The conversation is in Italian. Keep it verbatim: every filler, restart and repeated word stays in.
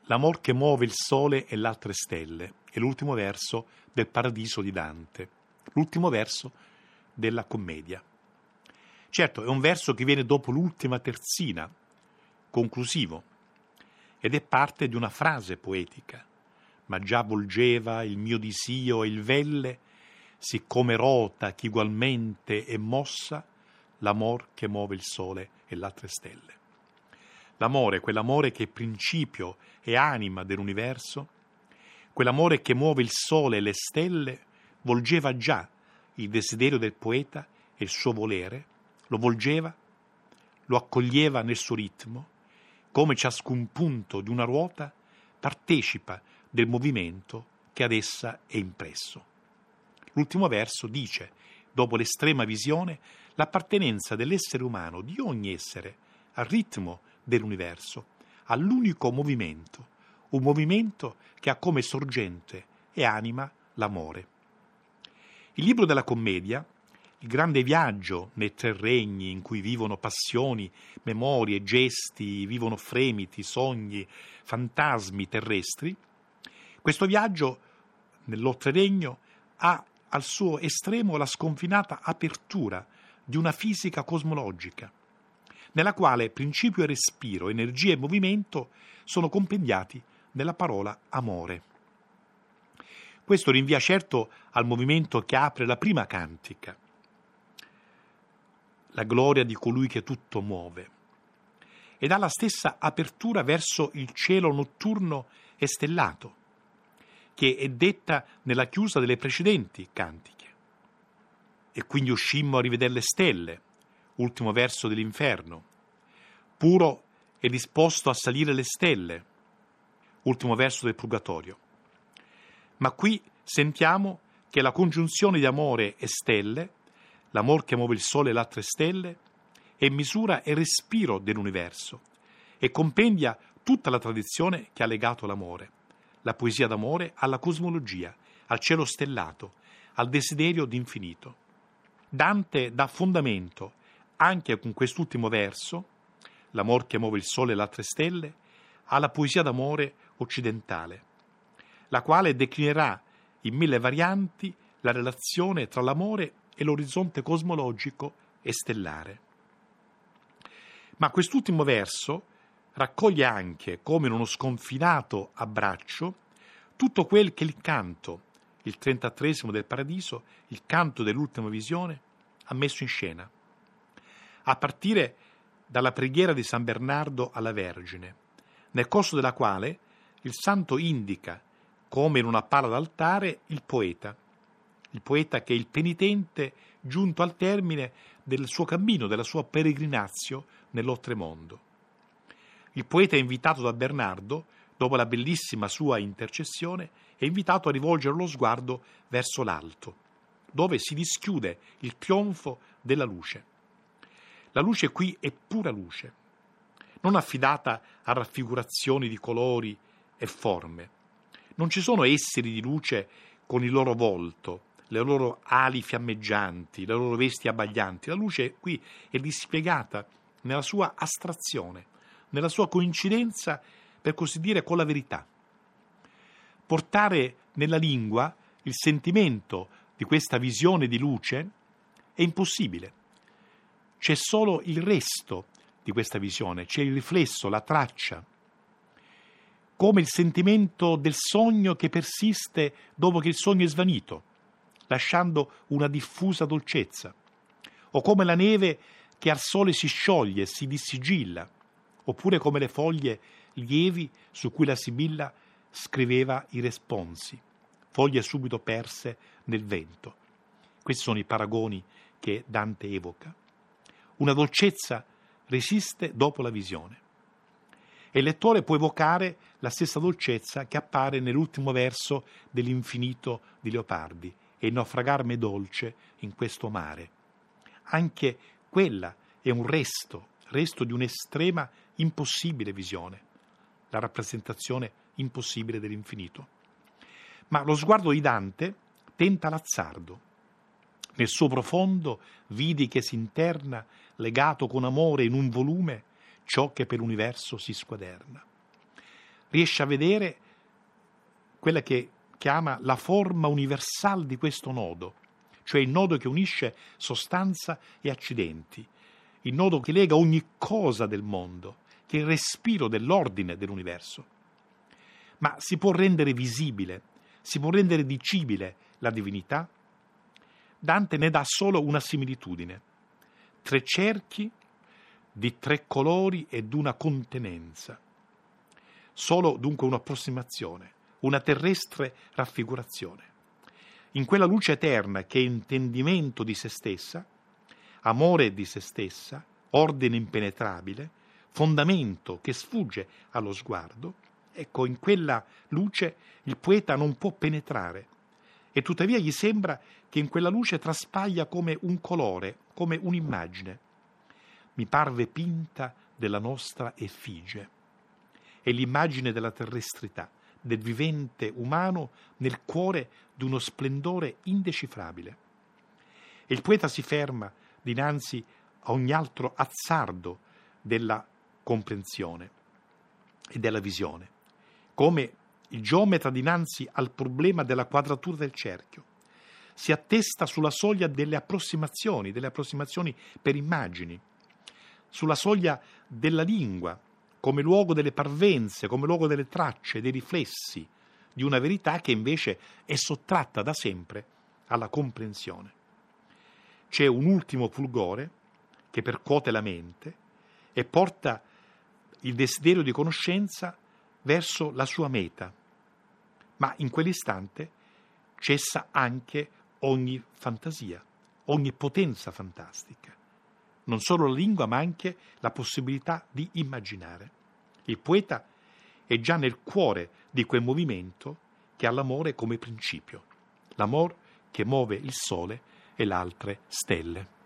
l'amor che muove il sole e le altre stelle, è l'ultimo verso del Paradiso di Dante, l'ultimo verso della commedia. Certo, è un verso che viene dopo l'ultima terzina, conclusivo, ed è parte di una frase poetica. Ma già volgeva il mio disio e il velle, siccome rota ch'igualmente è mossa l'amor che muove il sole e le altre stelle. L'amore, quell'amore che è principio e anima dell'universo, quell'amore che muove il sole e le stelle, volgeva già il desiderio del poeta e il suo volere, lo volgeva, lo accoglieva nel suo ritmo, come ciascun punto di una ruota partecipa del movimento che ad essa è impresso. L'ultimo verso dice, dopo l'estrema visione, l'appartenenza dell'essere umano, di ogni essere, al ritmo dell'universo, all'unico movimento, un movimento che ha come sorgente e anima l'amore. Il libro della commedia, il grande viaggio nei tre regni in cui vivono passioni, memorie, gesti, vivono fremiti, sogni, fantasmi terrestri, questo viaggio nell'oltreregno ha al suo estremo la sconfinata apertura di una fisica cosmologica, nella quale principio e respiro, energia e movimento sono compendiati nella parola amore. Questo rinvia certo al movimento che apre la prima cantica, la gloria di colui che tutto muove, ed ha la stessa apertura verso il cielo notturno e stellato, che è detta nella chiusa delle precedenti cantiche. E quindi uscimmo a rivedere le stelle, ultimo verso dell'inferno, puro e disposto a salire le stelle, ultimo verso del purgatorio. Ma qui sentiamo che la congiunzione di amore e stelle, l'amor che muove il sole e le altre stelle, è misura e respiro dell'universo e compendia tutta la tradizione che ha legato l'amore, la poesia d'amore alla cosmologia, al cielo stellato, al desiderio d'infinito. Dante dà fondamento, anche con quest'ultimo verso, l'amor che muove il sole e le altre stelle, alla poesia d'amore occidentale, la quale declinerà in mille varianti la relazione tra l'amore e l'orizzonte cosmologico e stellare. Ma quest'ultimo verso raccoglie anche, come in uno sconfinato abbraccio, tutto quel che il canto, il trentatreesimo del Paradiso, il canto dell'ultima visione, ha messo in scena, a partire dalla preghiera di San Bernardo alla Vergine, nel corso della quale il santo indica, come in una pala d'altare, il poeta, il poeta che è il penitente giunto al termine del suo cammino, della sua peregrinazio nell'oltremondo. Il poeta è invitato da Bernardo, dopo la bellissima sua intercessione, è invitato a rivolgere lo sguardo verso l'alto, dove si dischiude il trionfo della luce. La luce qui è pura luce, non affidata a raffigurazioni di colori e forme. Non ci sono esseri di luce con il loro volto, le loro ali fiammeggianti, le loro vesti abbaglianti. La luce qui è dispiegata nella sua astrazione, nella sua coincidenza, per così dire, con la verità. Portare nella lingua il sentimento di questa visione di luce è impossibile. C'è solo il resto di questa visione, c'è il riflesso, la traccia, come il sentimento del sogno che persiste dopo che il sogno è svanito, lasciando una diffusa dolcezza, o come la neve che al sole si scioglie e si dissigilla, oppure come le foglie lievi su cui la Sibilla scriveva i responsi, foglie subito perse nel vento. Questi sono i paragoni che Dante evoca. Una dolcezza resiste dopo la visione. E il lettore può evocare la stessa dolcezza che appare nell'ultimo verso dell'Infinito di Leopardi, e il naufragarmi dolce in questo mare. Anche quella è un resto, resto di un'estrema impossibile visione, la rappresentazione impossibile dell'infinito. Ma lo sguardo di Dante tenta l'azzardo. Nel suo profondo vidi che si interna, legato con amore in un volume, ciò che per l'universo si squaderna. riesce a vedere quella che chiama la forma universale di questo nodo, cioè il nodo che unisce sostanza e accidenti, il nodo che lega ogni cosa del mondo, che è il respiro dell'ordine dell'universo. Ma si può rendere visibile, si può rendere dicibile la divinità? Dante ne dà solo una similitudine: tre cerchi di tre colori ed una contenenza. Solo dunque un'approssimazione, una terrestre raffigurazione. In quella luce eterna che è intendimento di se stessa, amore di se stessa, ordine impenetrabile, fondamento che sfugge allo sguardo, ecco, in quella luce il poeta non può penetrare, e tuttavia gli sembra che in quella luce traspaglia come un colore, come un'immagine. Mi parve pinta della nostra effigie. È l'immagine della terrestrità, del vivente umano nel cuore di uno splendore indecifrabile. E il poeta si ferma dinanzi a ogni altro azzardo della comprensione e della visione, come il geometra dinanzi al problema della quadratura del cerchio. Si attesta sulla soglia delle approssimazioni, delle approssimazioni per immagini, sulla soglia della lingua, come luogo delle parvenze, come luogo delle tracce, dei riflessi di una verità che invece è sottratta da sempre alla comprensione. C'è un ultimo fulgore che percuote la mente e porta il desiderio di conoscenza verso la sua meta, ma in quell'istante cessa anche ogni fantasia, ogni potenza fantastica. Non solo la lingua, ma anche la possibilità di immaginare. Il poeta è già nel cuore di quel movimento che ha l'amore come principio, l'amor che muove il sole e le altre stelle.